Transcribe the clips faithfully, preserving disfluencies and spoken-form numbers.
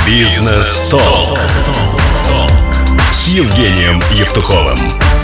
Бизнес-толк с Евгением Евтуховым.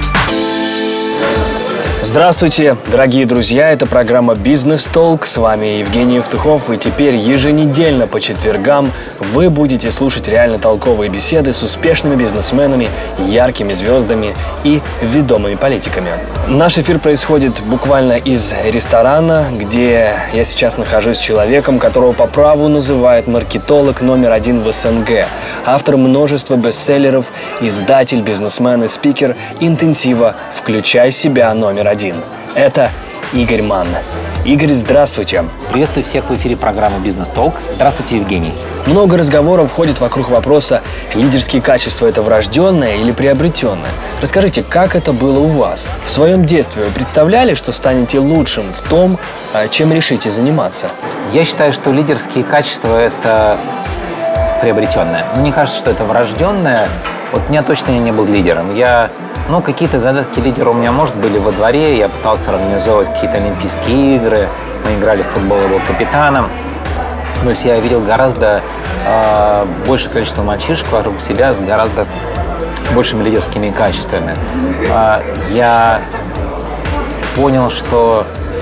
Здравствуйте, дорогие друзья, это программа «Бизнес-толк», с вами Евгений Евтухов, и теперь еженедельно по четвергам вы будете слушать реально толковые беседы с успешными бизнесменами, яркими звездами и ведомыми политиками. Наш эфир происходит буквально из ресторана, где я сейчас нахожусь с человеком, которого по праву называют маркетолог номер один в СНГ, автор множества бестселлеров, издатель, бизнесмен и спикер интенсива «Включай себя» номер один. Это Игорь Манн. Игорь, здравствуйте. Приветствую всех в эфире программы «Бизнес-толк». Здравствуйте, Евгений. Много разговоров ходит вокруг вопроса, лидерские качества – это врожденное или приобретенное. Расскажите, как это было у вас? В своем детстве вы представляли, что станете лучшим в том, чем решите заниматься? Я считаю, что лидерские качества – это приобретенное. Но мне кажется, что это врожденное. Вот я точно не был лидером. Я... Ну, какие-то задатки лидера у меня, может, были во дворе. Я пытался организовывать какие-то Олимпийские игры. Мы играли в футбол, я был капитаном. То есть я видел гораздо э, большее количество мальчишек вокруг себя с гораздо большими лидерскими качествами. Э, я понял, что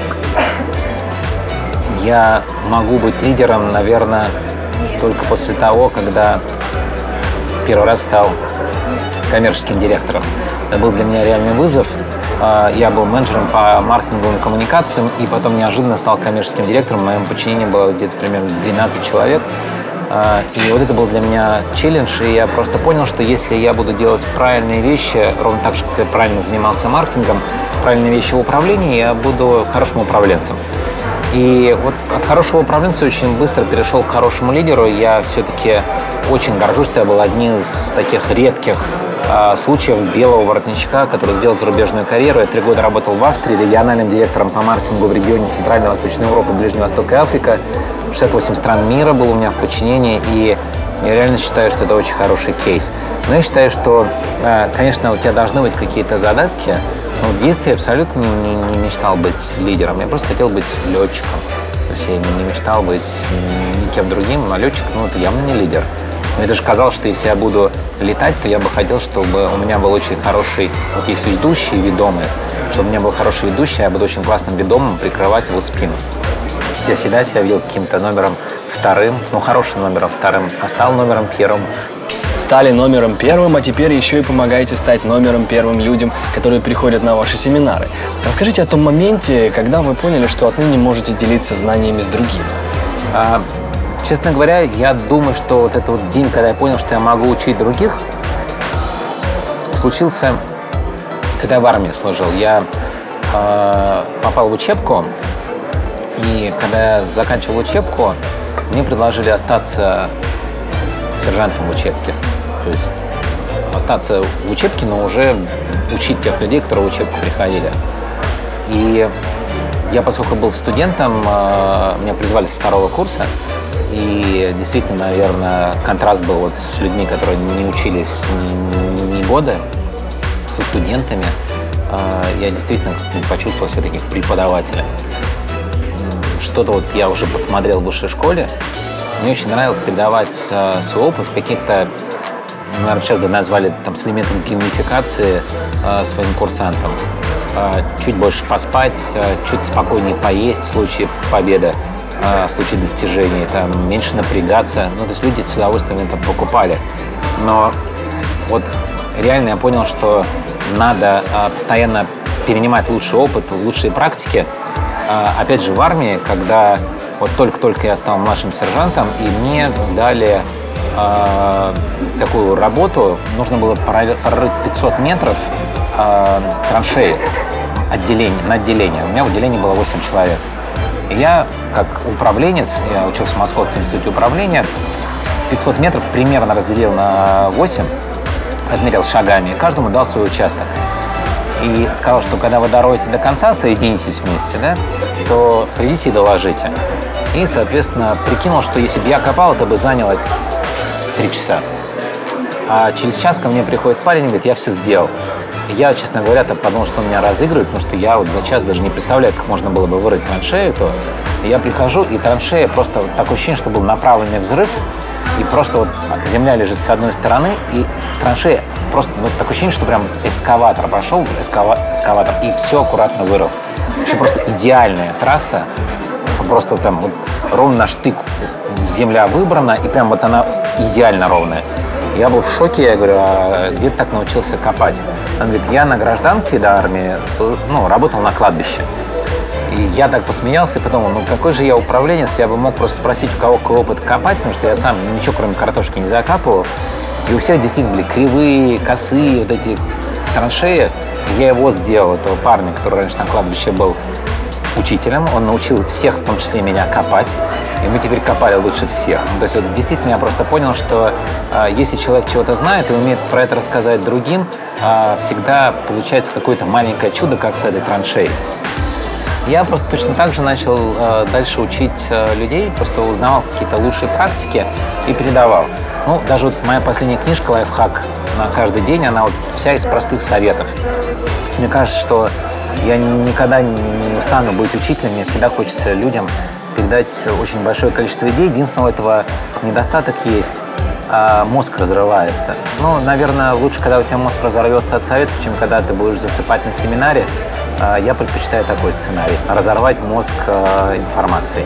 я могу быть лидером, наверное, только после того, когда первый раз стал коммерческим директором. Это был для меня реальный вызов. Я был менеджером по маркетинговым коммуникациям и потом неожиданно стал коммерческим директором. В моем подчинении было где-то примерно двенадцать человек. И вот это был для меня челлендж. И я просто понял, что если я буду делать правильные вещи, ровно так же, как я правильно занимался маркетингом, правильные вещи в управлении, я буду хорошим управленцем. И вот от хорошего управленца очень быстро перешел к хорошему лидеру. Я все-таки очень горжусь, что я был одним из таких редких э, случаев белого воротничка, который сделал зарубежную карьеру. Я три года работал в Австрии региональным директором по маркетингу в регионе Центральной и Восточной Европы, Ближний Восток и Африка. шестьдесят восемь стран мира было у меня в подчинении, и я реально считаю, что это очень хороший кейс. Но я считаю, что, э, конечно, у тебя должны быть какие-то задатки. Но в детстве я абсолютно не, не, не мечтал быть лидером. Я просто хотел быть летчиком. То есть я не, не мечтал быть никем другим, а летчик, ну, это явно не лидер. Мне даже казалось, что если я буду летать, то я бы хотел, чтобы у меня был очень хороший... Вот есть ведущий, ведомый. Чтобы у меня был хороший ведущий, я буду очень классным ведомым прикрывать его спину. Я всегда себя видел каким-то номером вторым, ну, хорошим номером вторым, а стал номером первым. Стали номером первым, а теперь еще и помогаете стать номером первым людям, которые приходят на ваши семинары. Расскажите о том моменте, когда вы поняли, что отныне можете делиться знаниями с другими. А, честно говоря, я думаю, что вот этот вот день, когда я понял, что я могу учить других, случился, когда я в армии служил. Я э, попал в учебку, и когда я заканчивал учебку, мне предложили остаться сержантом в учебке. То есть остаться в учебке, но уже учить тех людей, которые в учебку приходили. И я, поскольку был студентом, меня призвали со второго курса. И действительно, наверное, контраст был вот с людьми, которые не учились ни, ни года, со студентами. Я действительно почувствовал себя таким преподавателем. Что-то вот я уже подсмотрел в высшей школе. Мне очень нравилось передавать э, свой опыт в каких-то, наверное, сейчас бы назвали там, с элементом геймификации э, своим курсантам. Э, чуть больше поспать, э, чуть спокойнее поесть в случае победы, э, в случае достижения, там, меньше напрягаться. Ну, то есть люди с удовольствием это покупали. Но вот реально я понял, что надо э, постоянно перенимать лучший опыт, лучшие практики. Э, опять же, в армии, когда... Вот только-только я стал младшим сержантом, и мне дали э, такую работу. Нужно было прорыть пятьсот метров э, траншеи отделение, на отделение. У меня в отделении было восемь человек. И я, как управленец, я учился в Московском институте управления, пятьсот метров примерно разделил на восемь, отмерил шагами, и каждому дал свой участок. И сказал, что когда вы дороете до конца, соединитесь вместе, да, то придите и доложите. И, соответственно, прикинул, что если бы я копал, это бы заняло три часа. А через час ко мне приходит парень и говорит, я все сделал. Я, честно говоря, так подумал, что он меня разыгрывает, потому что я вот за час даже не представляю, как можно было бы вырыть траншею. То я прихожу, и траншея просто такое ощущение, что был направленный взрыв, и просто вот земля лежит с одной стороны, и траншея, просто вот такое ощущение, что прям эскаватор прошел, эскава, эскаватор, и все аккуратно вырыл. Вообще просто идеальная трасса, просто вот прям вот ровно на штык земля выбрана, и прям вот она идеально ровная. Я был в шоке, я говорю, а где ты так научился копать? Он говорит, я на гражданке до армии, ну, работал на кладбище. И я так посмеялся и подумал, ну какой же я управленец, я бы мог просто спросить, у кого какой опыт копать, потому что я сам ничего кроме картошки не закапывал. И у всех действительно были кривые, косые вот эти траншеи. Я его сделал, этого парня, который раньше на кладбище был учителем. Он научил всех, в том числе и меня, копать. И мы теперь копали лучше всех. То есть вот, действительно я просто понял, что э, если человек чего-то знает и умеет про это рассказать другим, э, всегда получается какое-то маленькое чудо, как с этой траншеей. Я просто точно так же начал э, дальше учить э, людей, просто узнавал какие-то лучшие практики и передавал. Ну, даже вот моя последняя книжка «Лайфхак на каждый день», она вот вся из простых советов. Мне кажется, что я никогда не устану быть учителем, мне всегда хочется людям передать очень большое количество идей. Единственное, у этого недостаток есть. А мозг разрывается. Ну, наверное, лучше, когда у тебя мозг разорвется от советов, чем когда ты будешь засыпать на семинаре. Я предпочитаю такой сценарий. Разорвать мозг информацией.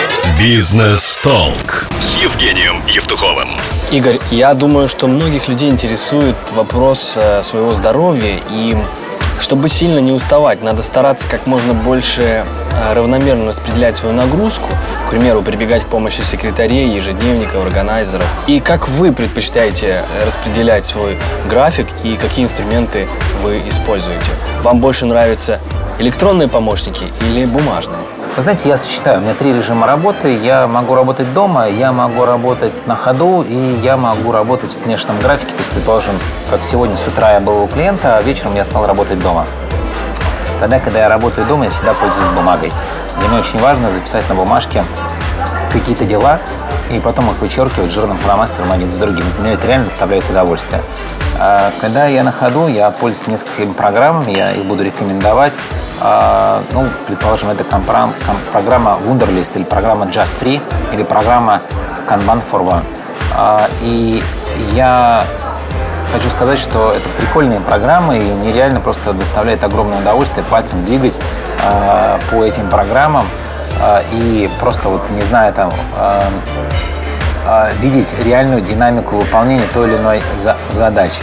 Бизнес-толк с Евгением Евтуховым. Игорь, я думаю, что многих людей интересует вопрос своего здоровья, и чтобы сильно не уставать, надо стараться как можно больше равномерно распределять свою нагрузку, к примеру, прибегать к помощи секретарей, ежедневников, органайзеров. И как вы предпочитаете распределять свой график и какие инструменты вы используете? Вам больше нравятся электронные помощники или бумажные? Вы знаете, я сочетаю. У меня три режима работы. Я могу работать дома, я могу работать на ходу, и я могу работать в смешанном графике. То есть, предположим, как сегодня с утра я был у клиента, а вечером я стал работать дома. Тогда, когда я работаю дома, я всегда пользуюсь бумагой. Для меня очень важно записать на бумажке какие-то дела и потом их вычеркивать жирным фломастером один с другим. Мне это реально доставляет удовольствие. А когда я на ходу, я пользуюсь несколькими программами, я их буду рекомендовать. А, ну, предположим, это компром, ком, программа Wunderlist или программа Just Free или программа Kanban for One. А, и я хочу сказать, что это прикольные программы, и мне реально просто доставляет огромное удовольствие пальцем двигать э, по этим программам э, и просто, вот, не знаю, там, э, э, видеть реальную динамику выполнения той или иной за задачи.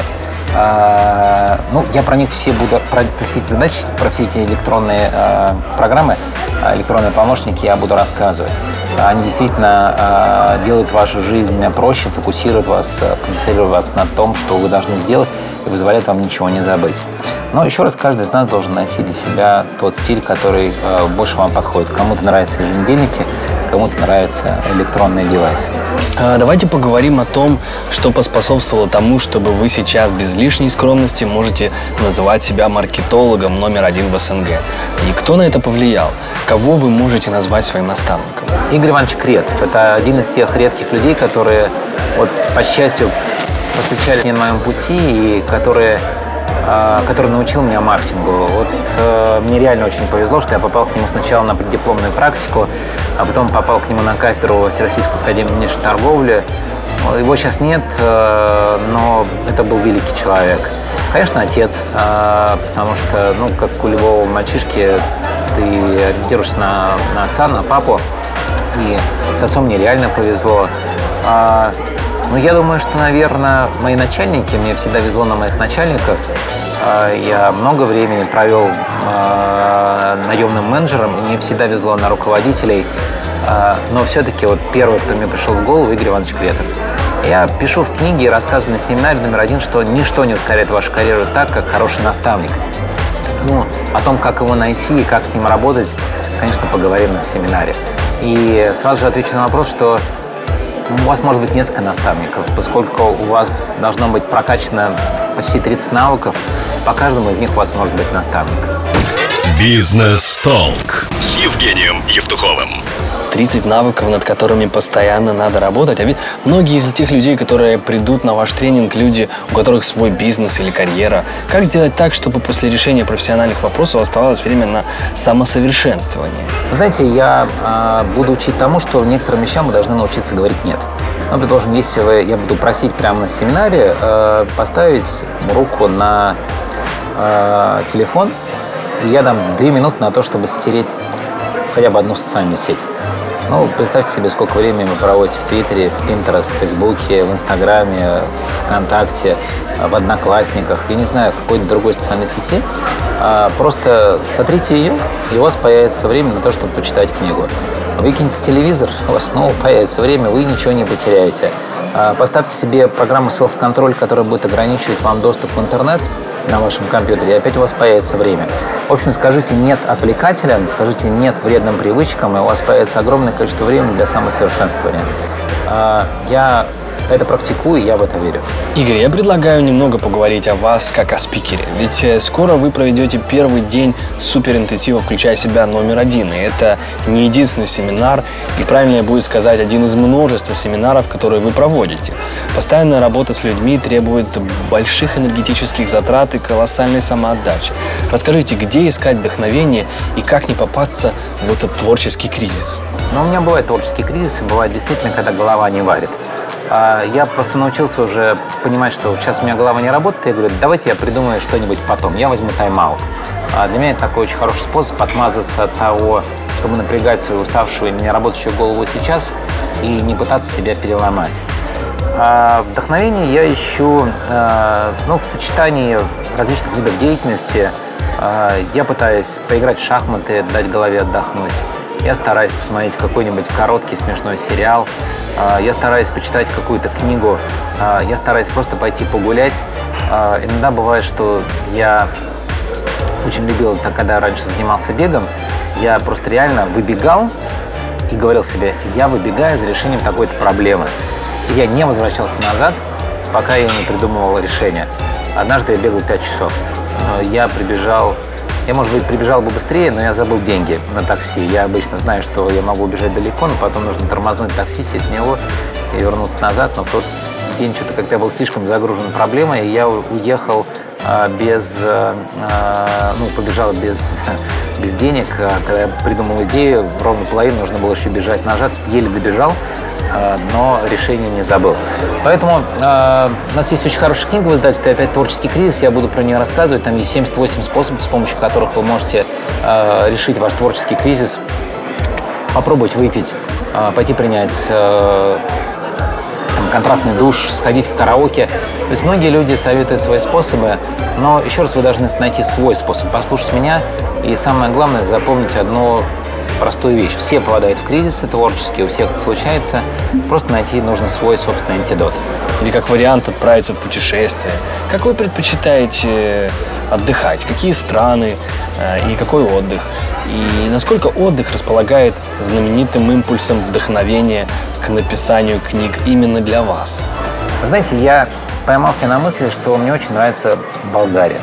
Э, ну, я про них все буду, про, про все эти задачи, про все эти электронные э, программы, электронные помощники я буду рассказывать. Они действительно э, делают вашу жизнь проще, фокусируют вас, концентрируют вас на том, что вы должны сделать, и позволяют вам ничего не забыть. Но еще раз, каждый из нас должен найти для себя тот стиль, который э, больше вам подходит. Кому-то нравятся еженедельники, кому-то нравятся электронные девайсы. Давайте поговорим о том, что поспособствовало тому, чтобы вы сейчас без лишней скромности можете называть себя маркетологом номер один в СНГ. И кто на это повлиял? Кого вы можете назвать своим наставником? Игорь Иванович Кретов. Это один из тех редких людей, которые, вот, по счастью, повстречались на моем пути и которые, э, который научил меня маркетингу. Вот э, мне реально очень повезло, что я попал к нему сначала на преддипломную практику, а потом попал к нему на кафедру Всероссийской академии внешней торговли. Его сейчас нет, э, но это был великий человек. Конечно, отец, э, потому что, ну, как у любого мальчишки, ты ориентируешься на, на отца, на папу. И с отцом мне реально повезло. А, ну, я думаю, что, наверное, мои начальники, мне всегда везло на моих начальников. А, я много времени провел а, наемным менеджером, и мне всегда везло на руководителей. А, но все-таки вот первый, кто мне пришел в голову, Игорь Иванович Кретов. Я пишу в книге и рассказываю на семинаре номер один, что ничто не ускоряет вашу карьеру так, как хороший наставник. Ну, о том, как его найти и как с ним работать, конечно, поговорим на семинаре. И сразу же отвечу на вопрос, что у вас может быть несколько наставников, поскольку у вас должно быть прокачано почти тридцать навыков, по каждому из них у вас может быть наставник. Бизнес-толк с Евгением Евтуховым. тридцать навыков, над которыми постоянно надо работать. А ведь многие из тех людей, которые придут на ваш тренинг, люди, у которых свой бизнес или карьера. Как сделать так, чтобы после решения профессиональных вопросов оставалось время на самосовершенствование? Знаете, я э, буду учить тому, что некоторым вещам мы должны научиться говорить «нет». Ну, предположим, если вы, я буду просить прямо на семинаре э, поставить руку на э, телефон, и я дам две минуты на то, чтобы стереть хотя бы одну социальную сеть. Ну, представьте себе, сколько времени вы проводите в Твиттере, в Pinterest, в Фейсбуке, в Инстаграме, в ВКонтакте, в Одноклассниках, я не знаю, в какой-то другой социальной сети. А, просто смотрите ее, и у вас появится время на то, чтобы почитать книгу. Выкиньте телевизор, у вас снова появится время, вы ничего не потеряете. А, поставьте себе программу селф-контроль, которая будет ограничивать вам доступ в интернет на вашем компьютере, и опять у вас появится время. В общем, скажите «нет» отвлекателям, скажите «нет» вредным привычкам, и у вас появится огромное количество времени для самосовершенствования. Я это практикую, и я в это верю. Игорь, я предлагаю немного поговорить о вас как о спикере. Ведь скоро вы проведете первый день суперинтенсива «Включай себя» номер один. И это не единственный семинар, и правильнее будет сказать, один из множества семинаров, которые вы проводите. Постоянная работа с людьми требует больших энергетических затрат и колоссальной самоотдачи. Расскажите, где искать вдохновение и как не попасться в этот творческий кризис? Ну, у меня бывают творческие кризисы, бывает действительно, когда голова не варит. Я просто научился уже понимать, что сейчас у меня голова не работает, и я говорю, давайте я придумаю что-нибудь потом, я возьму тайм-аут. Для меня это такой очень хороший способ отмазаться от того, чтобы напрягать свою уставшую и неработающую голову сейчас и не пытаться себя переломать. А вдохновение я ищу ну, в сочетании различных видов деятельности. Я пытаюсь поиграть в шахматы, дать голове отдохнуть. Я стараюсь посмотреть какой-нибудь короткий смешной сериал. Я стараюсь почитать какую-то книгу. Я стараюсь просто пойти погулять. Иногда бывает, что я очень любил это, когда раньше занимался бегом. Я просто реально выбегал и говорил себе, я выбегаю за решением такой-то проблемы. И я не возвращался назад, пока я не придумывал решение. Однажды я бегал пять часов. Я прибежал... Я, может быть, прибежал бы быстрее, но я забыл деньги на такси. Я обычно знаю, что я могу убежать далеко, но потом нужно тормознуть такси, сесть в него и вернуться назад. Но в тот день что-то как-то я был слишком загружен проблемой, и я уехал а, без, а, ну, побежал без, без денег. А, когда я придумал идею, ровно половину нужно было еще бежать назад, еле добежал, а, но решение не забыл. Поэтому э, у нас есть очень хорошая книга в издательстве «Опять творческий кризис», я буду про нее рассказывать. Там есть семьдесят восемь способов, с помощью которых вы можете э, решить ваш творческий кризис, попробовать выпить, э, пойти принять э, там, контрастный душ, сходить в караоке. То есть многие люди советуют свои способы, но еще раз вы должны найти свой способ, послушать меня и самое главное запомнить одну простую вещь. Все попадают в кризисы творческие, у всех это случается. Просто найти нужно свой собственный антидот. Или как вариант отправиться в путешествие. Как вы предпочитаете отдыхать? Какие страны э, и какой отдых? И насколько отдых располагает знаменитым импульсом вдохновения к написанию книг именно для вас? Знаете, я поймался на мысли, что мне очень нравится Болгария.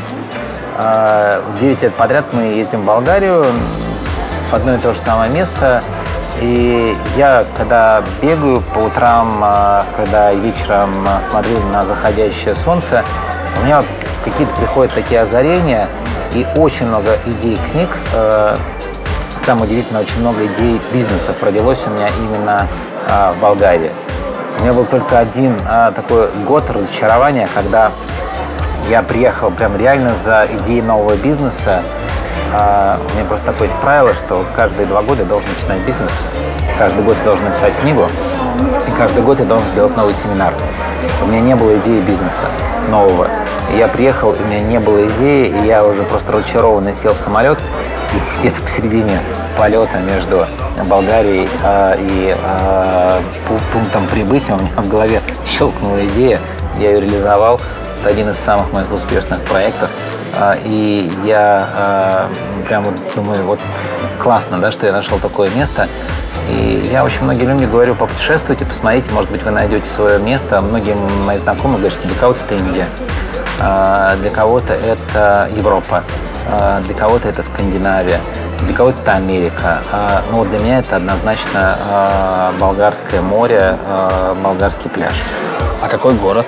девять лет подряд мы ездим в Болгарию, в одно и то же самое место. И я, когда бегаю по утрам, когда вечером смотрю на заходящее солнце, у меня какие-то приходят такие озарения и очень много идей книг. Самое удивительное, очень много идей бизнесов родилось у меня именно в Болгарии. У меня был только один такой год разочарования, когда я приехал прям реально за идеей нового бизнеса. Uh, у меня просто такое есть правило, что каждые два года я должен начинать бизнес, каждый год я должен написать книгу, и каждый год я должен сделать новый семинар. У меня не было идеи бизнеса нового. И я приехал, у меня не было идеи, и я уже просто разочарованно сел в самолет, и где-то посередине полета между Болгарией uh, и uh, пунктом прибытия у меня в голове щелкнула идея, я ее реализовал. Это один из самых моих успешных проектов. И я э, прям вот думаю, вот классно, да, что я нашел такое место. И я очень многим людям говорю, попутешествуйте, посмотрите, может быть, вы найдете свое место. Многие мои знакомые говорят, что для кого-то это Индия, э, для кого-то это Европа, э, для кого-то это Скандинавия, для кого-то это Америка. Э, ну вот для меня это однозначно э, Болгарское море, э, болгарский пляж. А какой город?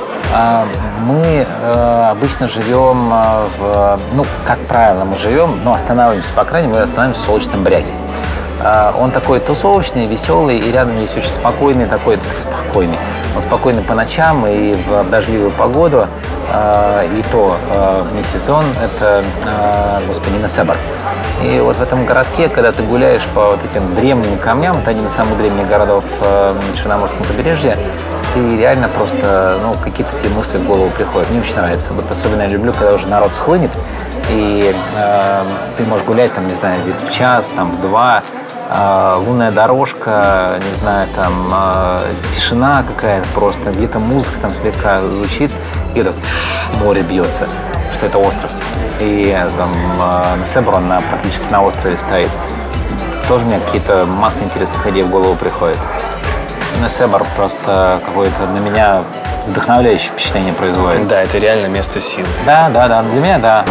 Мы э, обычно живем в, ну, как правило, мы живем, но останавливаемся, по крайней мере, останавливаемся в Солнечном Бряге. А, он такой тусовочный, веселый, и рядом есть очень спокойный такой, спокойный. Он спокойный по ночам и в дождливую погоду. А, и то а, не сезон, это, а, господи, Несебр. И вот в этом городке, когда ты гуляешь по вот этим древним камням, это один из самых древних городов э, на Черноморском побережье, ты реально просто, ну, какие-то тебе мысли в голову приходят. Мне очень нравится. Вот особенно я люблю, когда уже народ схлынет, и э, ты можешь гулять, там, не знаю, в час, там, в два, э, лунная дорожка, не знаю, там, э, тишина какая-то просто, где-то музыка там слегка звучит, и так море бьется, что это остров. И там Несебр, он на, практически на острове стоит. Тоже мне какие-то масса интересных идей в голову приходит. Несебр просто какое-то на меня вдохновляющее впечатление производит. Да, это реально место силы. Да, да, да, для меня да.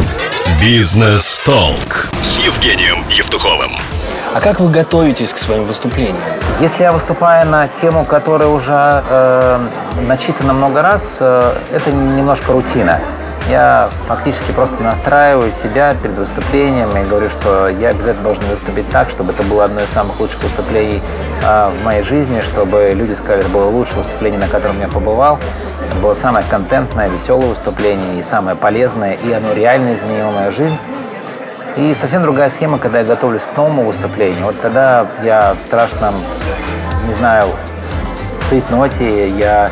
Бизнес-толк с Евгением Евтуховым. А как вы готовитесь к своим выступлениям? Если я выступаю на тему, которая уже э, начитана много раз, э, это немножко рутина. Я фактически просто настраиваю себя перед выступлением и говорю, что я обязательно должен выступить так, чтобы это было одно из самых лучших выступлений э, в моей жизни, чтобы люди сказали, это было лучшее выступление, на котором я побывал. Это было самое контентное, веселое выступление и самое полезное, и оно реально изменило мою жизнь. И совсем другая схема, когда я готовлюсь к новому выступлению. Вот тогда я в страшном, не знаю, цейтноте, я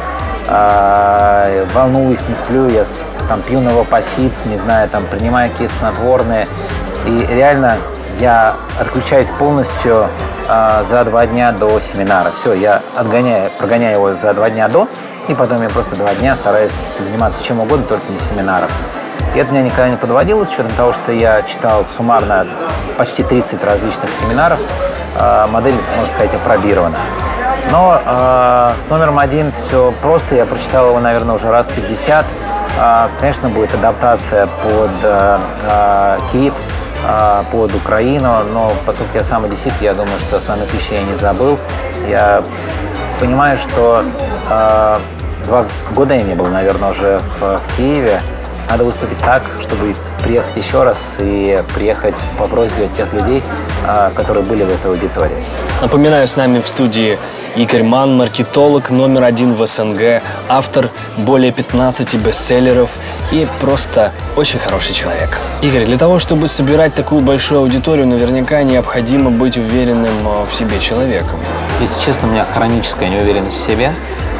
э, волнуюсь, не сплю, я там пью новопосит, не знаю, там принимаю какие-то снотворные. И реально я отключаюсь полностью э, за два дня до семинара. Все, я отгоняю, прогоняю его за два дня до, и потом я просто два дня стараюсь заниматься чем угодно, только не семинаром. И это меня никогда не подводило, с учетом того, что я читал суммарно почти тридцать различных семинаров. Э, модель, можно сказать, опробирована. Но э, с номером один все просто. Я прочитал его, наверное, уже раз пятьдесят. Э, конечно, будет адаптация под э, э, Киев, э, под Украину. Но поскольку я сам одессит, я думаю, что основных вещей я не забыл. Я понимаю, что э, два года я не был, наверное, уже в, в Киеве. Надо выступить так, чтобы приехать еще раз и приехать по просьбе тех людей, которые были в этой аудитории. Напоминаю, с нами в студии Игорь Манн, маркетолог номер один в СНГ, автор более пятнадцати бестселлеров и просто очень хороший человек. Игорь, для того, чтобы собирать такую большую аудиторию, наверняка необходимо быть уверенным в себе человеком. Если честно, у меня хроническая неуверенность в себе.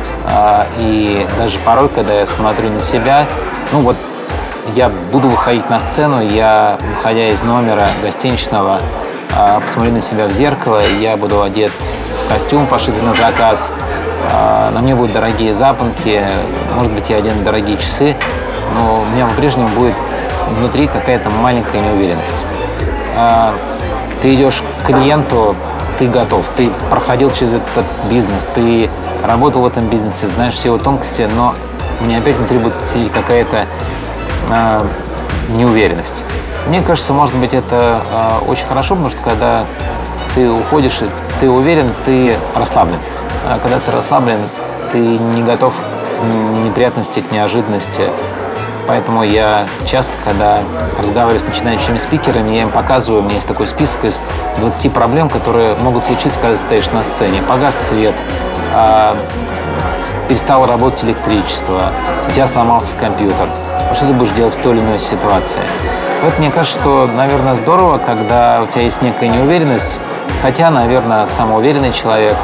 И даже порой, когда я смотрю на себя, ну вот, я буду выходить на сцену, я, выходя из номера гостиничного, посмотрю на себя в зеркало, я буду одет в костюм, пошитый на заказ, на мне будут дорогие запонки, может быть, я одену дорогие часы, но у меня по-прежнему будет внутри какая-то маленькая неуверенность. Ты идешь к клиенту, ты готов, ты проходил через этот бизнес, ты работал в этом бизнесе, знаешь все его тонкости, но у меня опять внутри будет сидеть какая-то э, неуверенность. Мне кажется, может быть, это э, очень хорошо, потому что когда ты уходишь, и ты уверен, ты расслаблен. А когда ты расслаблен, ты не готов к неприятности, к неожиданности. Поэтому я часто, когда разговариваю с начинающими спикерами, я им показываю, у меня есть такой список из двадцати проблем, которые могут случиться, когда ты стоишь на сцене. Погас свет, э, перестало работать электричество, у тебя сломался компьютер. Что ты будешь делать в той или иной ситуации? Вот мне кажется, что, наверное, здорово, когда у тебя есть некая неуверенность, хотя, наверное, самоуверенный человек,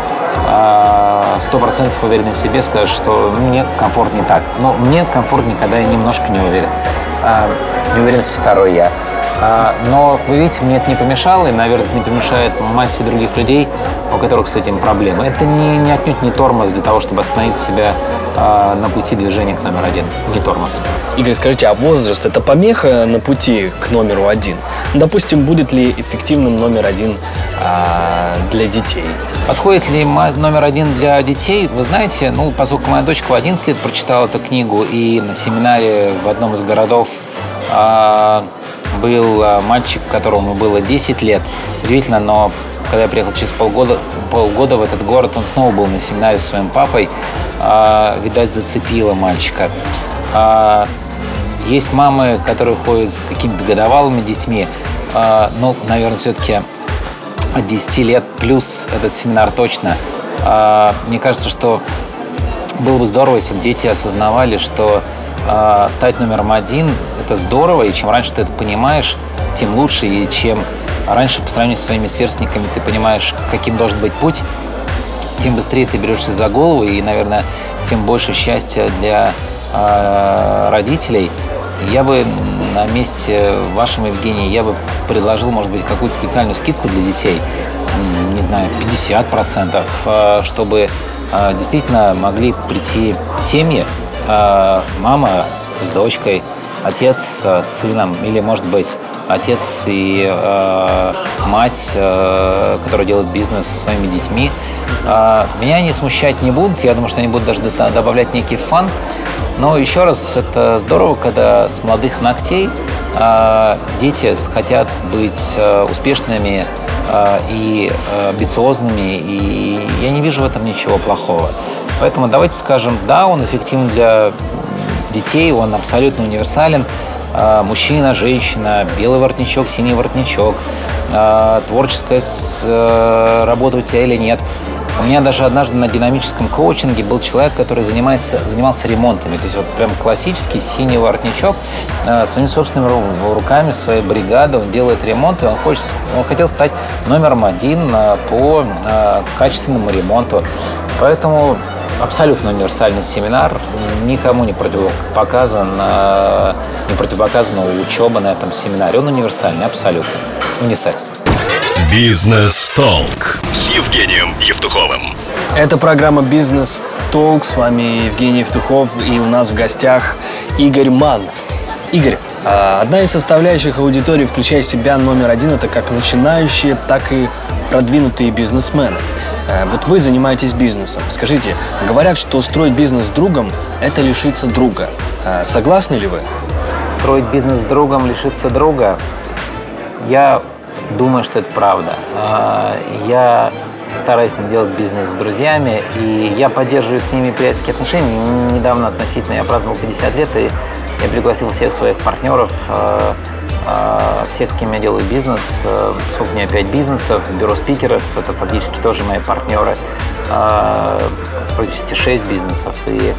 сто процентов уверенный в себе, скажет, что мне комфортнее так. Но мне комфортнее, когда я немножко не уверен. Неуверенность второй я. Но, вы видите, мне это не помешало, и, наверное, это не помешает массе других людей, у которых с этим проблемы. Это не, не отнюдь не тормоз для того, чтобы остановить тебя э, на пути движения к номер один. Не тормоз. Игорь, скажите, а возраст – это помеха на пути к номеру один? Допустим, будет ли эффективным номер один э, для детей? Подходит ли номер один для детей? Вы знаете, ну, поскольку моя дочка в одиннадцать лет прочитала эту книгу, и на семинаре в одном из городов э, был мальчик, которому было десять лет. Удивительно, но когда я приехал через полгода, полгода в этот город, он снова был на семинаре со своим папой. А, видать, зацепило мальчика. А, есть мамы, которые ходят с какими-то годовалыми детьми. А, ну, наверное, все-таки от десяти лет плюс этот семинар точно. А, мне кажется, что было бы здорово, если бы дети осознавали, что а, стать номером один – это здорово, и чем раньше ты это понимаешь, тем лучше, и чем раньше по сравнению со своими сверстниками ты понимаешь, каким должен быть путь, тем быстрее ты берешься за голову, и, наверное, тем больше счастья для э, родителей. Я бы на месте вашем, Евгений, я бы предложил, может быть, какую-то специальную скидку для детей, не знаю, пятьдесят процентов, э, чтобы э, действительно могли прийти семьи, э, мама с дочкой, отец с сыном, или, может быть, отец и э, мать, э, которые делают бизнес со своими детьми. Э, меня они смущать не будут. Я думаю, что они будут даже добавлять некий фан. Но еще раз, это здорово, когда с молодых ногтей э, дети хотят быть э, успешными э, и э, амбициозными. И я не вижу в этом ничего плохого. Поэтому давайте скажем, да, он эффективен для детей, он абсолютно универсален. Мужчина, женщина, белый воротничок, синий воротничок, творческая работа у тебя или нет. У меня даже однажды на динамическом коучинге был человек, который занимается, занимался ремонтами. То есть вот прям классический синий воротничок, своими собственными руками, своей бригады, он делает ремонт, и он, хочет, он хотел стать номером один по качественному ремонту. Поэтому абсолютно универсальный семинар, никому не противопоказан, не противопоказана учеба на этом семинаре. Он универсальный, абсолютно. Унисекс. Бизнес-толк с Евгением Евтуховым. Это программа «Бизнес Толк». С вами Евгений Евтухов, и у нас в гостях Игорь Манн. Игорь, одна из составляющих аудитории, включая себя номер один, это как начинающие, так и продвинутые бизнесмены. Вот вы занимаетесь бизнесом. Скажите, говорят, что строить бизнес с другом – это лишиться друга. Согласны ли вы? Строить бизнес с другом, лишиться друга? Я думаю, что это правда. Я стараюсь делать бизнес с друзьями, и я поддерживаю с ними приятельские отношения. Недавно относительно я праздновал пятьдесят лет, и я пригласил всех своих партнеров, всех, с кем я делаю бизнес. Сколько у меня пять бизнесов, бюро спикеров, это фактически тоже мои партнеры, практически шесть бизнесов. И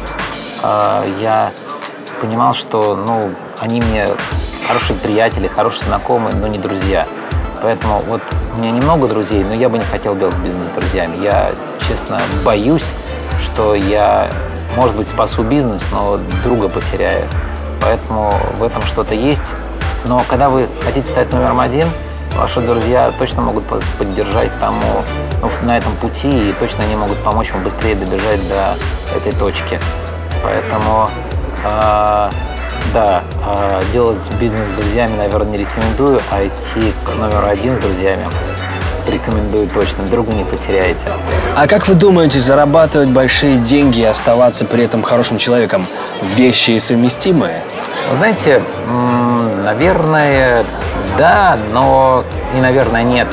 я понимал, что ну, они мне хорошие приятели, хорошие знакомые, но не друзья. Поэтому вот у меня немного друзей, но я бы не хотел делать бизнес с друзьями. Я, честно, боюсь, что я, может быть, спасу бизнес, но друга потеряю. Поэтому в этом что-то есть. Но когда вы хотите стать номером один, ваши друзья точно могут вас поддержать к тому, ну, на этом пути, и точно они могут помочь вам быстрее добежать до этой точки. Поэтому, э, да, э, делать бизнес с друзьями, наверное, не рекомендую, а идти к номеру один с друзьями рекомендую точно, друга не потеряете. А как вы думаете, зарабатывать большие деньги и оставаться при этом хорошим человеком – вещи совместимые? Вы знаете, наверное, да, но и, наверное, нет.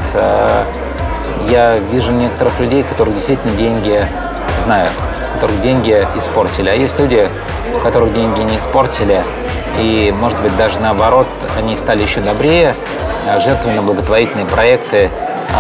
Я вижу некоторых людей, которых действительно деньги, знаю, которых деньги испортили. А есть люди, которых деньги не испортили, и, может быть, даже наоборот, они стали еще добрее, жертвовали на благотворительные проекты,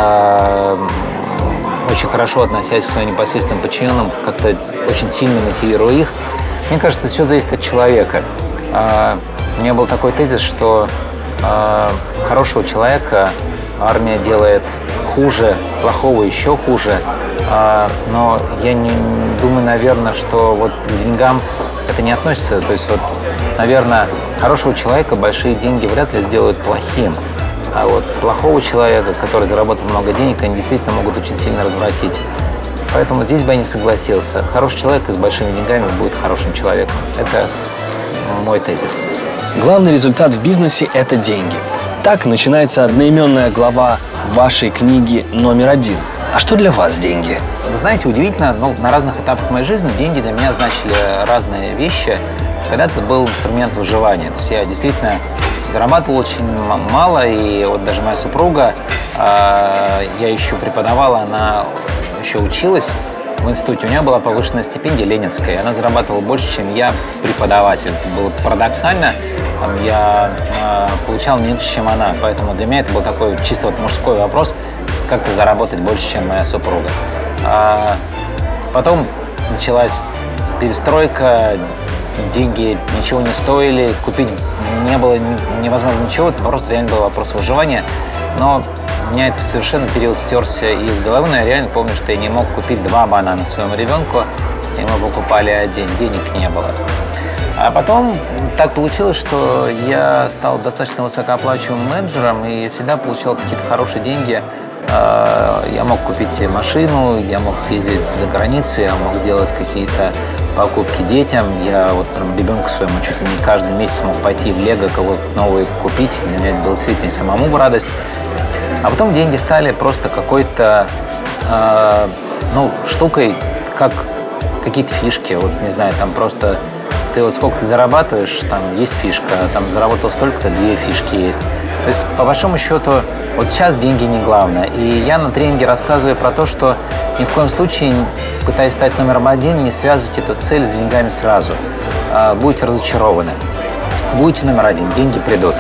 очень хорошо относясь к своим непосредственным подчиненным, как-то очень сильно мотивируя их. Мне кажется, все зависит от человека. У меня был такой тезис, что хорошего человека армия делает хуже, плохого еще хуже. Но я не думаю, наверное, что вот к деньгам это не относится. То есть, вот, наверное, хорошего человека большие деньги вряд ли сделают плохим. А вот плохого человека, который заработал много денег, они действительно могут очень сильно развратить. Поэтому здесь бы я не согласился. Хороший человек с большими деньгами будет хорошим человеком. Это мой тезис. Главный результат в бизнесе – это деньги. Так начинается одноименная глава вашей книги номер один. А что для вас деньги? Вы знаете, удивительно, ну, на разных этапах моей жизни деньги для меня значили разные вещи. Когда-то был инструмент выживания. То есть я действительно зарабатывал очень мало, и вот даже моя супруга, э, я еще преподавала, она еще училась в институте, у нее была повышенная стипендия ленинская, и она зарабатывала больше, чем я преподаватель. Это было парадоксально, я э, получал меньше, чем она, поэтому для меня это был такой чисто вот мужской вопрос. как-то заработать больше, чем моя супруга. А потом началась перестройка, деньги ничего не стоили, купить не было невозможно ничего, это просто реально был вопрос выживания. Но у меня это совершенно период стерся из головы, но я реально помню, что я не мог купить два банана своему ребенку, и мы покупали один, денег не было. А потом так получилось, что я стал достаточно высокооплачиваемым менеджером и всегда получал какие-то хорошие деньги. Я мог купить себе машину, я мог съездить за границу, я мог делать какие-то покупки детям. Я вот прям ребенку своему чуть ли не каждый месяц мог пойти в Лего кого-то новый купить. Для меня это было действительно самому в радость. А потом деньги стали просто какой-то э, ну, штукой, как какие-то фишки. Вот не знаю, там просто ты вот сколько ты зарабатываешь, там есть фишка, там заработал столько-то, две фишки есть. То есть, по большому счету, вот сейчас деньги не главное. И я на тренинге рассказываю про то, что ни в коем случае, пытаясь стать номером один, не связывайте эту цель с деньгами сразу. Будете разочарованы. Будете номер один, деньги придут.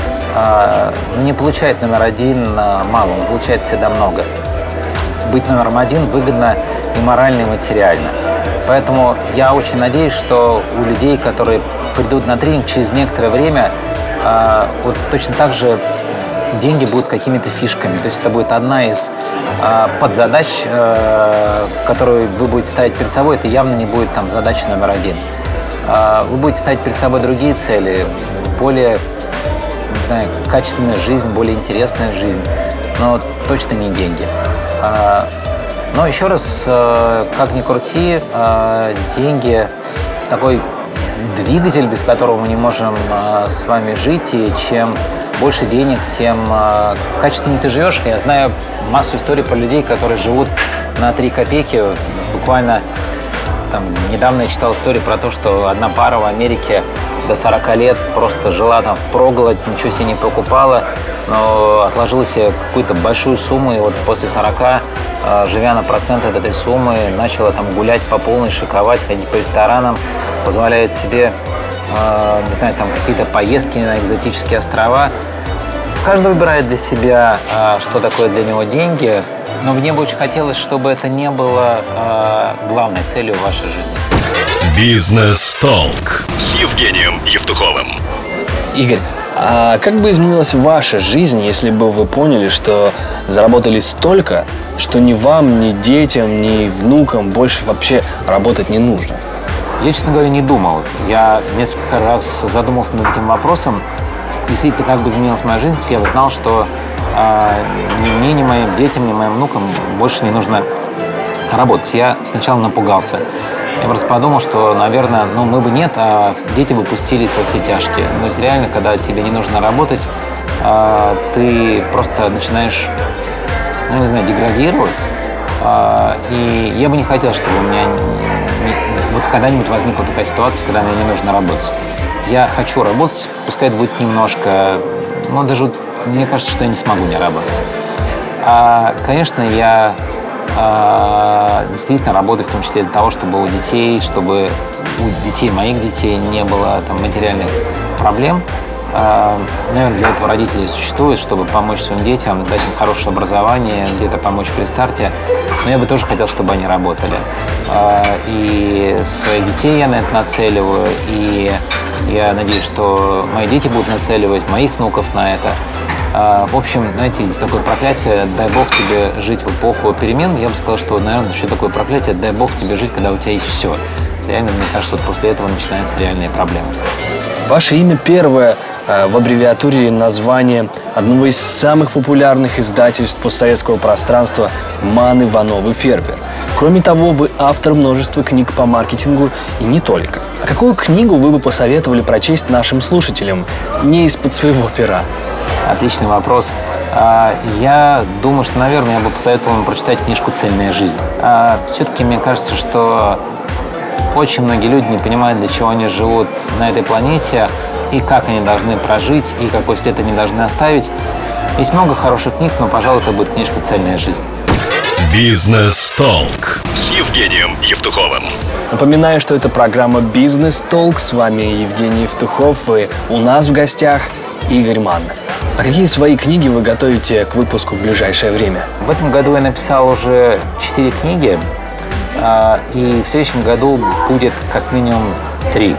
Не получает номер один мало, он получает всегда много. Быть номером один выгодно и морально, и материально. Поэтому я очень надеюсь, что у людей, которые придут на тренинг через некоторое время, э, вот точно так же деньги будут какими-то фишками. То есть это будет одна из э, подзадач, э, которую вы будете ставить перед собой. Это явно не будет там задача номер один. Э, вы будете ставить перед собой другие цели, более, не знаю, качественная жизнь, более интересная жизнь, но точно не деньги. Э, Но еще раз, как ни крути, деньги – такой двигатель, без которого мы не можем с вами жить, и чем больше денег, тем качественнее ты живешь. Я знаю массу историй про людей, которые живут на три копейки. Буквально там, недавно я читал историю про то, что одна пара в Америке до сорока лет просто жила там впроголодь, ничего себе не покупала, но отложила себе какую-то большую сумму, и вот после сорока, живя на процент от этой суммы, начала там гулять по полной, шиковать, ходить по ресторанам, позволяет себе, не знаю, там какие-то поездки на экзотические острова. Каждый выбирает для себя, что такое для него деньги, но мне бы очень хотелось, чтобы это не было главной целью в вашей жизни. Бизнес-толк с Евгением Евтуховым. Игорь, а как бы изменилась ваша жизнь, если бы вы поняли, что заработали столько, что ни вам, ни детям, ни внукам больше вообще работать не нужно? Я, честно говоря, не думал. Я несколько раз задумался над этим вопросом. Действительно, как бы изменилась моя жизнь, я бы знал, что э, ни мне, ни моим детям, ни моим внукам больше не нужно работать. Я сначала напугался. Я просто подумал, что, наверное, ну, мы бы нет, а дети бы пустились во все тяжкие. Но ведь реально, когда тебе не нужно работать, э, ты просто начинаешь, ну, не знаю, деградировать. Э, и я бы не хотел, чтобы у меня не, вот когда-нибудь возникла такая ситуация, когда мне не нужно работать. Я хочу работать, пускай это будет немножко, но даже мне кажется, что я не смогу не работать. А, конечно, я а, действительно работаю в том числе для того, чтобы у детей, чтобы у детей, моих детей не было там материальных проблем. А, наверное, для этого родители существуют, чтобы помочь своим детям, дать им хорошее образование, где-то помочь при старте. Но я бы тоже хотел, чтобы они работали. А, и своих детей я на это нацеливаю, и я надеюсь, что мои дети будут нацеливать моих внуков на это. В общем, знаете, есть такое проклятие «дай Бог тебе жить в эпоху перемен». Я бы сказал, что, наверное, еще такое проклятие «дай Бог тебе жить, когда у тебя есть все». Реально, мне кажется, вот после этого начинаются реальные проблемы. Ваше имя первое э, в аббревиатуре названия одного из самых популярных издательств постсоветского пространства «Ман, Иванов и Фербер». Кроме того, вы автор множества книг по маркетингу и не только. А какую книгу вы бы посоветовали прочесть нашим слушателям, не из-под своего пера? Отличный вопрос. Я думаю, что, наверное, я бы посоветовал им прочитать книжку «Цельная жизнь». Все-таки мне кажется, что очень многие люди не понимают, для чего они живут на этой планете, и как они должны прожить, и какой след они должны оставить. Есть много хороших книг, но, пожалуй, это будет книжка «Цельная жизнь». Бизнес-толк с Евгением Евтуховым. Напоминаю, что это программа «Бизнес-толк». С вами Евгений Евтухов, и у нас в гостях Игорь Манн. А какие свои книги вы готовите к выпуску в ближайшее время? В этом году я написал уже четыре книги, и в следующем году будет как минимум три.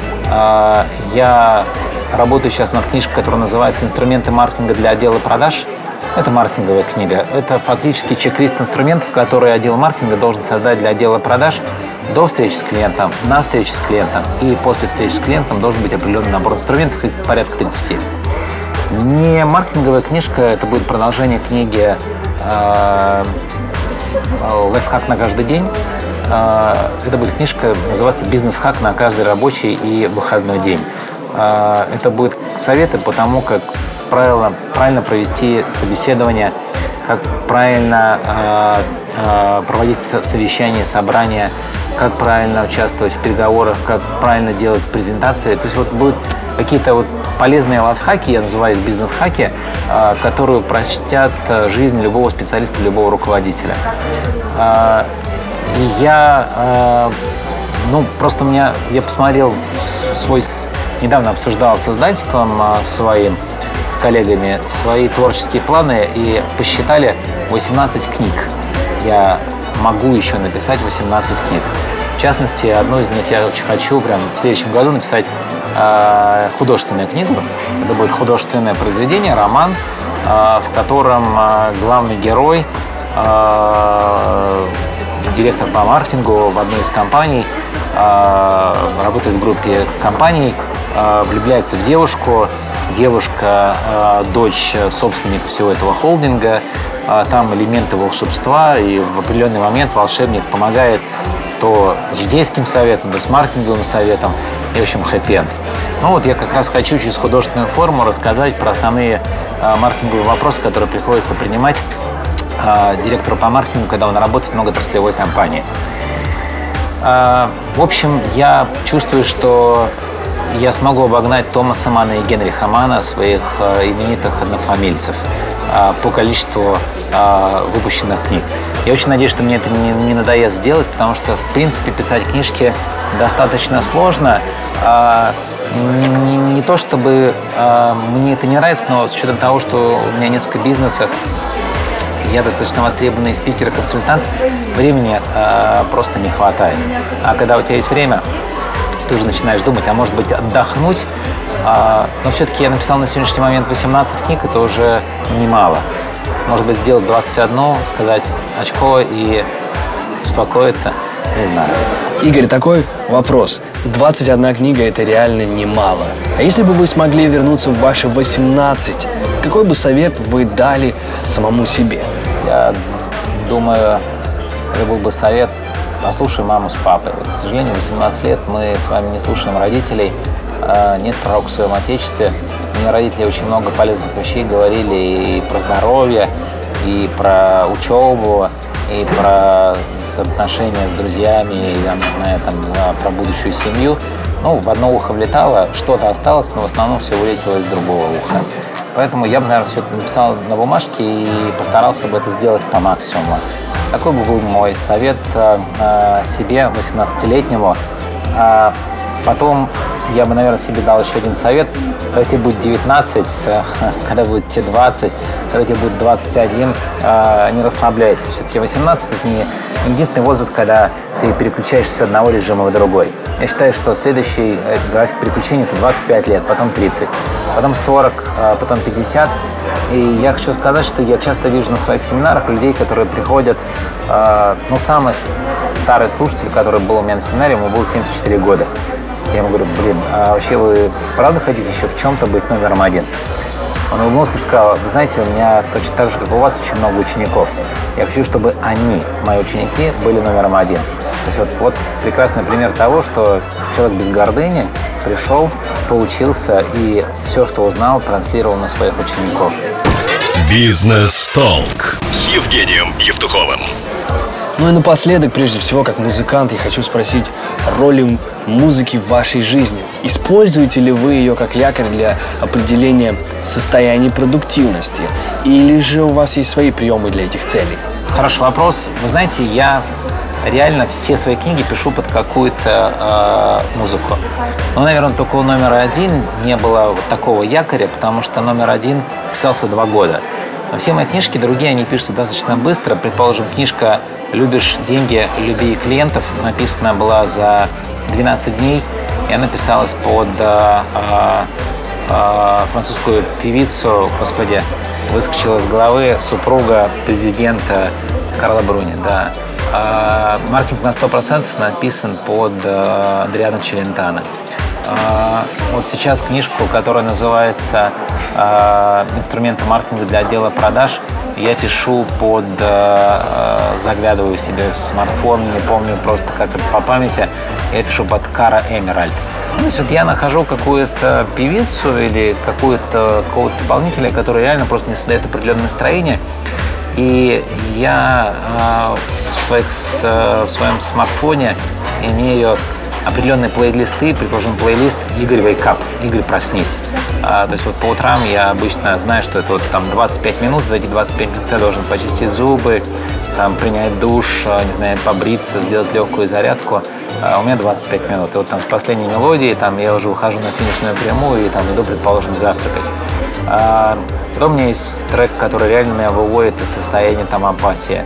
Я работаю сейчас над книжкой, которая называется «Инструменты маркетинга для отдела продаж». Это маркетинговая книга. Это фактически чек-лист инструментов, которые отдел маркетинга должен создать для отдела продаж до встречи с клиентом, на встрече с клиентом и после встречи с клиентом должен быть определенный набор инструментов, их порядка тридцати. Не маркетинговая книжка, это будет продолжение книги э, «Лайфхак на каждый день». Э, это будет книжка, называться «Бизнес-хак на каждый рабочий и выходной день». Э, это будут советы по тому, как правильно, правильно провести собеседование, как правильно э, э, проводить совещания, собрания, как правильно участвовать в переговорах, как правильно делать презентации. То есть вот будут какие-то вот полезные лайфхаки, я называю их бизнес-хаки, э, которые упростят жизнь любого специалиста, любого руководителя. Э, и я, э, ну, просто у меня, я посмотрел свой, недавно обсуждал с издательством э, своим, с коллегами, свои творческие планы и посчитали восемнадцать книг. Я могу еще написать восемнадцать книг. В частности, одну из них я очень хочу прям в следующем году написать э, художественную книгу. Это будет художественное произведение, роман, э, в котором э, главный герой, э, директор по маркетингу в одной из компаний, э, работает в группе компаний, э, влюбляется в девушку. Девушка, э, дочь собственника всего этого холдинга. Э, там элементы волшебства, и в определенный момент волшебник помогает то с житейским советом, то с маркетинговым советом, и, в общем, хэппи-энд. Ну вот я как раз хочу через художественную форму рассказать про основные э, маркетинговые вопросы, которые приходится принимать э, директору по маркетингу, когда он работает в многоотраслевой компании. Э, в общем, я чувствую, что я смогу обогнать Томаса Мана и Генриха Мана, своих э, именитых однофамильцев, э, по количеству э, выпущенных книг. Я очень надеюсь, что мне это не, не надоест сделать, потому что, в принципе, писать книжки достаточно сложно. Э, не, не то чтобы э, мне это не нравится, но с учетом того, что у меня несколько бизнесов, я достаточно востребованный спикер и консультант, времени э, просто не хватает. А когда у тебя есть время, ты уже начинаешь думать, а может быть отдохнуть. А, но все-таки я написал на сегодняшний момент восемнадцать книг, это уже немало. Может быть, сделать двадцать одну, сказать очко и успокоиться, не знаю. Игорь, такой вопрос. двадцать одна книга – это реально немало. А если бы вы смогли вернуться в ваши восемнадцать, какой бы совет вы дали самому себе? Я думаю, это был бы совет: послушай маму с папой. Вот, к сожалению, в восемнадцать лет мы с вами не слушаем родителей, нет пророка в своем отечестве. Мне родители очень много полезных вещей говорили и про здоровье, и про учебу, и про отношения с друзьями, и, я не знаю, там, про будущую семью. Ну, в одно ухо влетало, что-то осталось, но в основном все вылетело из другого уха. Поэтому я бы, наверное, все это написал на бумажке и постарался бы это сделать по максимуму. Такой бы был мой совет э, себе, восемнадцатилетнему. А потом я бы, наверное, себе дал еще один совет. Когда тебе будет девятнадцать, э, когда будет тебе двадцать, когда тебе будет двадцать один, э, не расслабляйся. Все-таки восемнадцать – это не единственный возраст, когда ты переключаешься с одного режима в другой. Я считаю, что следующий график переключения – это двадцать пять лет, потом тридцать, потом сорок, э, потом пятьдесят. И я хочу сказать, что я часто вижу на своих семинарах людей, которые приходят, э, ну, самый старый слушатель, который был у меня на семинаре, ему было семьдесят четыре года. Я ему говорю: блин, а вообще вы правда хотите еще в чем-то быть номером один? Он улыбнулся и сказал: вы знаете, у меня точно так же, как у вас, очень много учеников. Я хочу, чтобы они, мои ученики, были номером один. То есть вот, вот прекрасный пример того, что человек без гордыни пришел, поучился и все, что узнал, транслировал на своих учеников. Бизнес-толк с Евгением Евтуховым. Ну и напоследок, прежде всего, как музыкант, я хочу спросить о роли музыки в вашей жизни. Используете ли вы ее как якорь для определения состояния продуктивности? Или же у вас есть свои приемы для этих целей? Хороший вопрос. Вы знаете, я реально все свои книги пишу под какую-то э, музыку. Ну, наверное, только у номера один не было вот такого якоря, потому что номер один писался два года. Но все мои книжки другие, они пишутся достаточно быстро. Предположим, книжка «Любишь деньги, люби клиентов» написана была за двенадцать дней, и она писалась под э, э, французскую певицу, господи, выскочила из головы, супруга президента Карла Бруни, да. А, «Маркетинг на сто процентов» написан под а, Адриано Челентано. А, вот сейчас книжку, которая называется а, «Инструменты маркетинга для отдела продаж», я пишу под, а, заглядываю себе в смартфон, не помню просто как это по памяти, я пишу под Кара Эмеральд. То есть вот я нахожу какую-то певицу или какую-то, какого-то исполнителя, который реально просто не создает определенное настроение, и я э, в, своих, э, в своем смартфоне имею определенные плейлисты, предположим, плейлист «Игорь Wake Up», «Игорь, проснись». А, то есть вот по утрам я обычно знаю, что это вот там двадцать пять минут, за эти двадцать пять минут я должен почистить зубы, там, принять душ, не знаю, побриться, сделать легкую зарядку. А у меня двадцать пять минут. И вот там с последней мелодией там, я уже ухожу на финишную прямую и там иду, предположим, завтракать. А, потом у меня есть трек, который реально меня выводит из состояния там апатии.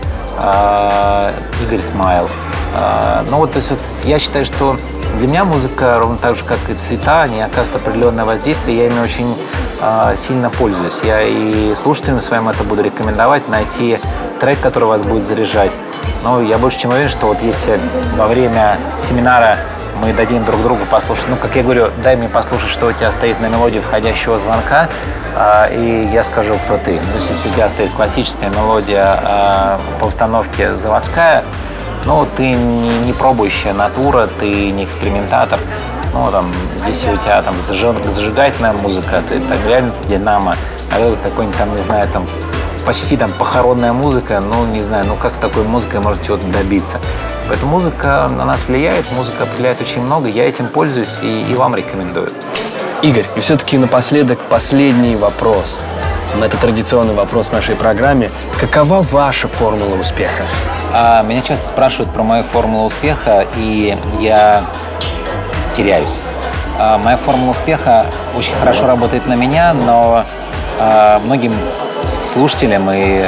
А, Игорь Смайл. А, ну вот, то есть вот я считаю, что для меня музыка, ровно так же, как и цвета, они оказывают определенное воздействие, я ими очень а, сильно пользуюсь. Я и слушателям своим это буду рекомендовать, найти трек, который вас будет заряжать. Но я больше чем уверен, что вот если во время семинара мы дадим друг другу послушать, ну, как я говорю, дай мне послушать, что у тебя стоит на мелодии входящего звонка, э, и я скажу, кто ты. То есть, если у тебя стоит классическая мелодия э, по установке заводская, ну, ты не, не пробующая натура, ты не экспериментатор. Ну, там, если у тебя там зажигательная музыка, ты там реально динамо, а какой-нибудь там, не знаю, там, почти там похоронная музыка, ну, не знаю, ну, как с такой музыкой можно чего-то добиться. Поэтому музыка на нас влияет, музыка влияет очень много, я этим пользуюсь и, и вам рекомендую. Игорь, и все-таки напоследок последний вопрос. Это традиционный вопрос в нашей программе. Какова ваша формула успеха? А, меня часто спрашивают про мою формулу успеха, и я теряюсь. А, моя формула успеха очень хорошо работает на меня, но а, многим слушателям и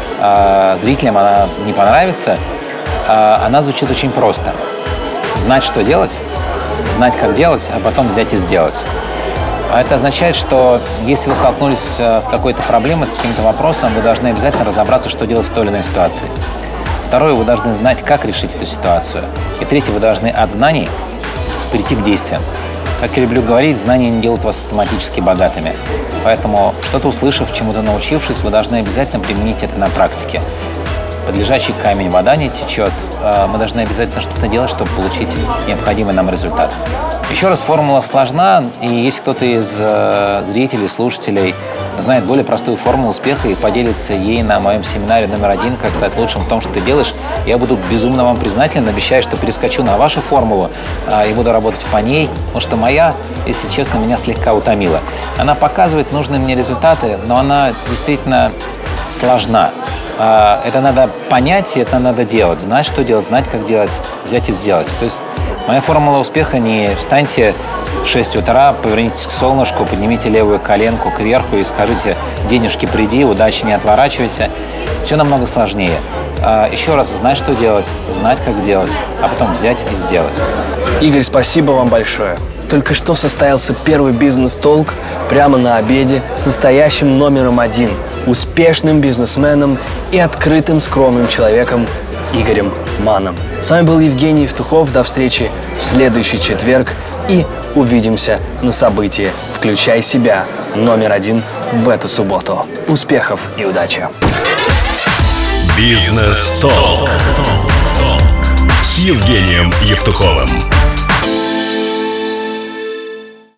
а, зрителям она не понравится. А, она звучит очень просто. Знать, что делать, знать, как делать, а потом взять и сделать. Это означает, что если вы столкнулись с какой-то проблемой, с каким-то вопросом, вы должны обязательно разобраться, что делать в той или иной ситуации. Второе, вы должны знать, как решить эту ситуацию. И третье, вы должны от знаний перейти к действиям. Как я люблю говорить, знания не делают вас автоматически богатыми. Поэтому, что-то услышав, чему-то научившись, вы должны обязательно применить это на практике. Под лежачий камень вода не течет. Мы должны обязательно что-то делать, чтобы получить необходимый нам результат. Еще раз, формула сложна, и если кто-то из э, зрителей, слушателей знает более простую формулу успеха и поделится ей на моем семинаре номер один «Как стать лучшим в том, что ты делаешь», я буду безумно вам признателен, обещаю, что перескочу на вашу формулу э, и буду работать по ней, потому что моя, если честно, меня слегка утомила. Она показывает нужные мне результаты, но она действительно сложна. Э, это надо понять, и это надо делать, знать, что делать, знать, как делать, взять и сделать. То есть моя формула успеха не встаньте в шесть утра, повернитесь к солнышку, поднимите левую коленку кверху и скажите «денежки приди, удачи не отворачивайся». Все намного сложнее. Еще раз, знать, что делать, знать, как делать, а потом взять и сделать. Игорь, спасибо вам большое. Только что состоялся первый бизнес-толк прямо на обеде с настоящим номером один, успешным бизнесменом и открытым, скромным человеком Игорем Манном. С вами был Евгений Евтухов. До встречи в следующий четверг и увидимся на событии «Включай себя» номер один в эту субботу. Успехов и удачи! Бизнес-толк с Евгением Евтуховым.